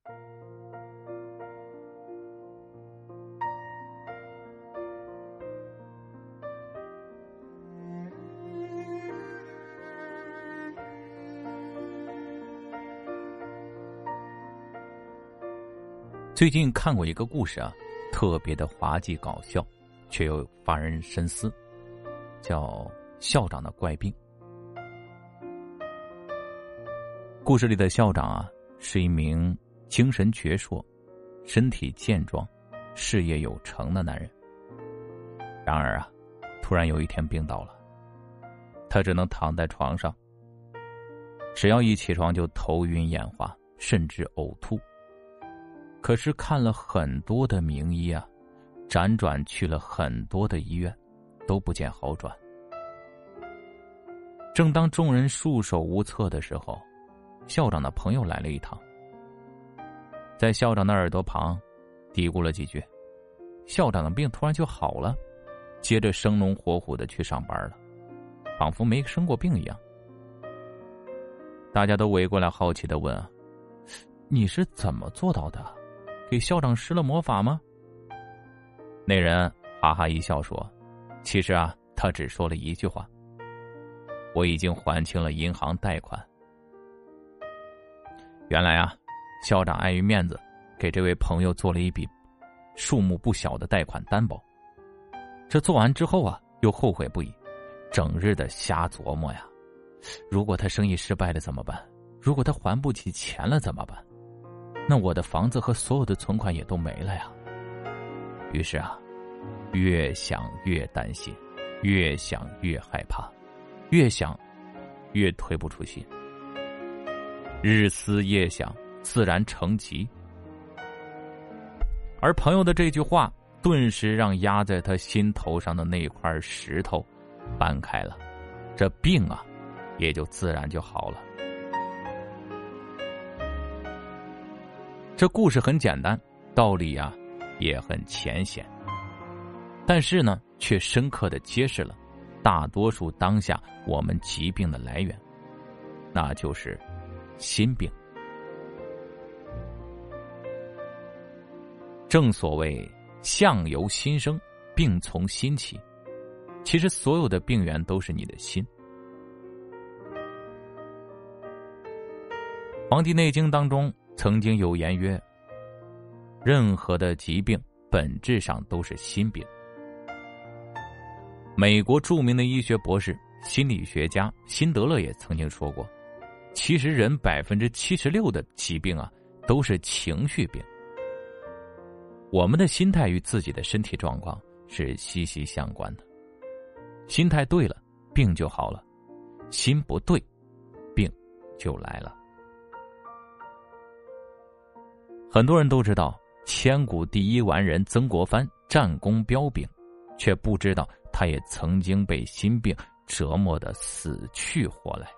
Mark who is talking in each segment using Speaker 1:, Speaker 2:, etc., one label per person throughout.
Speaker 1: 最近看过一个故事啊，特别的滑稽搞笑，却又发人深思，叫校长的怪病。故事里的校长啊，是一名精神矍铄、身体健壮、事业有成的男人。然而啊，突然有一天病倒了，他只能躺在床上，只要一起床就头晕眼花，甚至呕吐。可是看了很多的名医啊，辗转去了很多的医院，都不见好转。正当众人束手无策的时候，校长的朋友来了一趟，在校长的耳朵旁嘀咕了几句，校长的病突然就好了，接着生龙活虎的去上班了，仿佛没生过病一样。大家都围过来好奇的问啊，你是怎么做到的？给校长施了魔法吗？那人哈哈一笑说，其实啊，他只说了一句话，我已经还清了银行贷款。原来啊，校长碍于面子，给这位朋友做了一笔数目不小的贷款担保。这做完之后啊，又后悔不已，整日的瞎琢磨呀，如果他生意失败了怎么办？如果他还不起钱了怎么办？那我的房子和所有的存款也都没了呀。于是啊，越想越担心，越想越害怕，越想越推不出心，日思夜想，自然成疾。而朋友的这句话顿时让压在他心头上的那块石头搬开了，这病啊也就自然就好了。这故事很简单，道理啊也很浅显，但是呢却深刻地揭示了大多数当下我们疾病的来源，那就是心病。正所谓相由心生，病从心起，其实所有的病源都是你的心。黄帝内经当中曾经有言曰，任何的疾病本质上都是心病。美国著名的医学博士、心理学家辛德勒也曾经说过，其实人76%的疾病啊都是情绪病。我们的心态与自己的身体状况是息息相关的，心态对了，病就好了；心不对，病就来了。很多人都知道千古第一完人曾国藩战功彪炳，却不知道他也曾经被心病折磨得死去活来。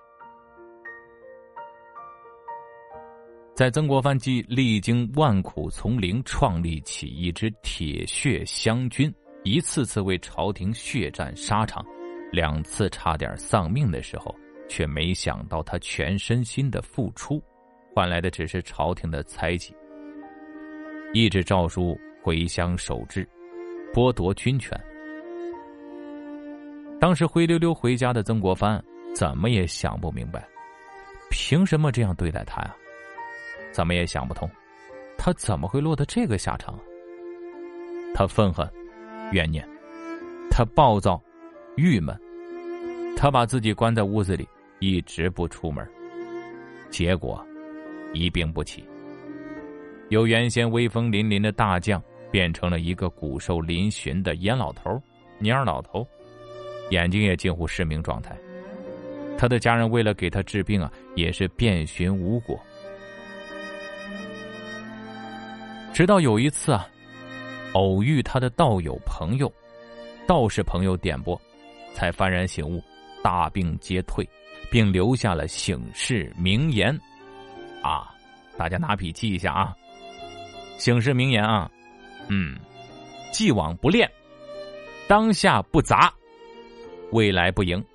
Speaker 1: 在曾国藩既历经万苦从零创立起一支铁血湘军，一次次为朝廷血战沙场，2次差点丧命的时候，却没想到他全身心的付出换来的只是朝廷的猜忌，一纸诏书回乡守制，剥夺军权。当时灰溜溜回家的曾国藩怎么也想不明白，凭什么这样对待他呀？怎么也想不通，他怎么会落得这个下场？他愤恨、怨念，他暴躁、郁闷，他把自己关在屋子里，一直不出门，结果一病不起，由原先威风凛凛的大将变成了一个骨瘦嶙峋的烟老头、蔫老头，眼睛也近乎失明状态。他的家人为了给他治病啊，也是遍寻无果。直到有一次啊，偶遇他的道友朋友，道士朋友点拨，才幡然醒悟，大病皆退，并留下了醒世名言啊！大家拿笔记一下啊，醒世名言啊，既往不恋，当下不杂，未来不迎。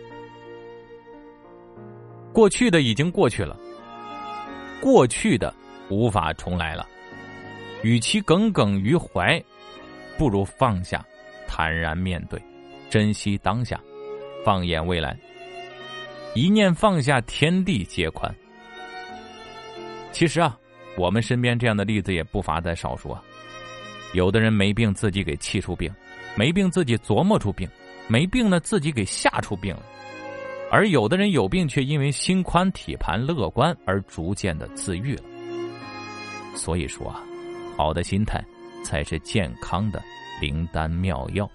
Speaker 1: 过去的已经过去了，过去的无法重来了。与其耿耿于怀，不如放下，坦然面对，珍惜当下，放眼未来。一念放下，天地皆宽。其实啊，我们身边这样的例子也不乏在少数啊。有的人没病自己给气出病，没病自己琢磨出病，没病呢自己给吓出病了。而有的人有病却因为心宽体盘乐观而逐渐的自愈了。所以说啊，好的心态才是健康的灵丹妙药。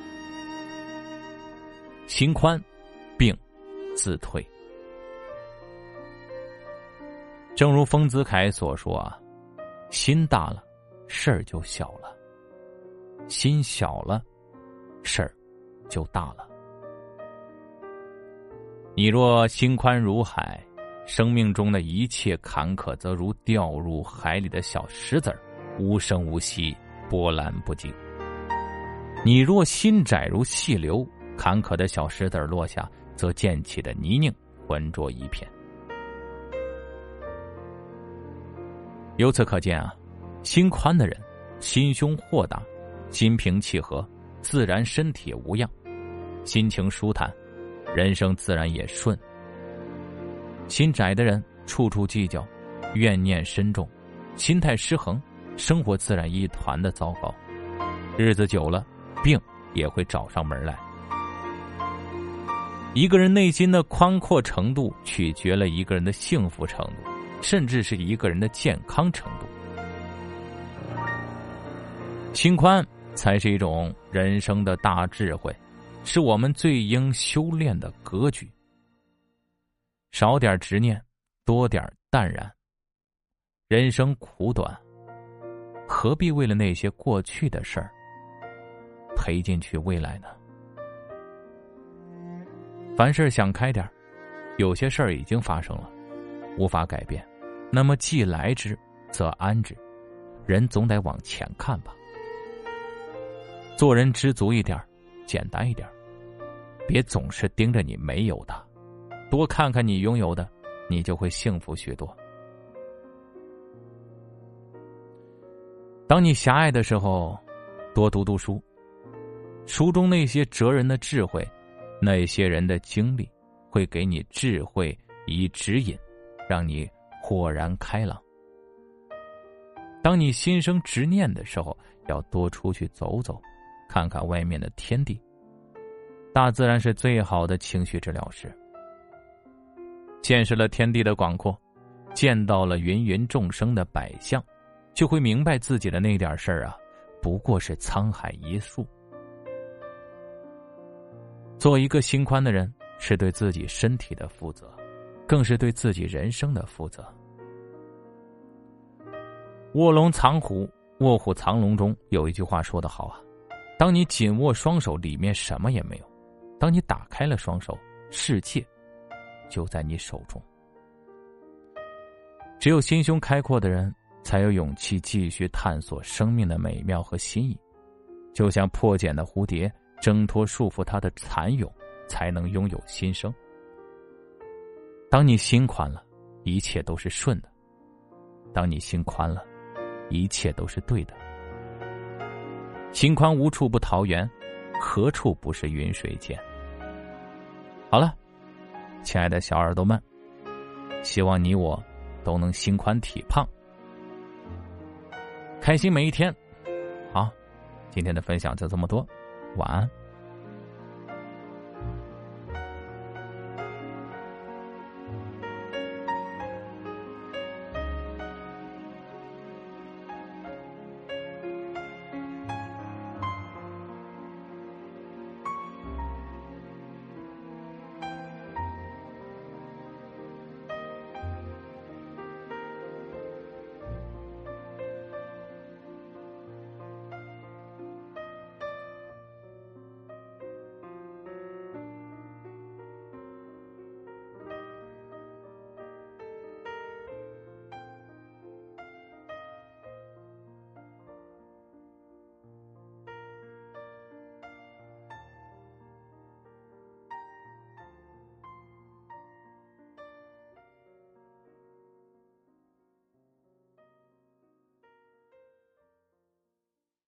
Speaker 1: 心宽，病自退。正如丰子恺所说啊，心大了，事儿就小了；心小了，事儿就大了。你若心宽如海，生命中的一切坎坷则如掉入海里的小石子儿，无声无息，波澜不惊。你若心窄如细流，坎坷的小石子儿落下，则溅起的泥泞浑浊一片。由此可见啊，心宽的人心胸豁达，心平气和，自然身体无恙，心情舒坦，人生自然也顺。心窄的人处处计较，怨念深重，心态失衡，生活自然一团的糟糕，日子久了，病也会找上门来。一个人内心的宽阔程度取决了一个人的幸福程度，甚至是一个人的健康程度。心宽才是一种人生的大智慧，是我们最应修炼的格局。少点执念，多点淡然。人生苦短，何必为了那些过去的事儿赔进去未来呢？凡事想开点，有些事儿已经发生了，无法改变，那么既来之则安之，人总得往前看吧。做人知足一点，简单一点，别总是盯着你没有的，多看看你拥有的，你就会幸福许多。当你狭隘的时候，多读读书，书中那些哲人的智慧，那些人的经历，会给你智慧以指引，让你豁然开朗。当你心生执念的时候，要多出去走走，看看外面的天地。大自然是最好的情绪治疗师。见识了天地的广阔，见到了芸芸众生的百相，就会明白自己的那点事儿啊，不过是沧海一粟。做一个心宽的人，是对自己身体的负责，更是对自己人生的负责。卧龙藏虎，卧虎藏龙中有一句话说得好啊，当你紧握双手，里面什么也没有；当你打开了双手，世界就在你手中。只有心胸开阔的人，才有勇气继续探索生命的美妙和新意。就像破茧的蝴蝶，挣脱束缚它的蚕蛹，才能拥有新生。当你心宽了，一切都是顺的；当你心宽了，一切都是对的。心宽无处不桃源，何处不是云水间。好了，亲爱的小耳朵们，希望你我都能心宽体胖，开心每一天。好，今天的分享就这么多，晚安。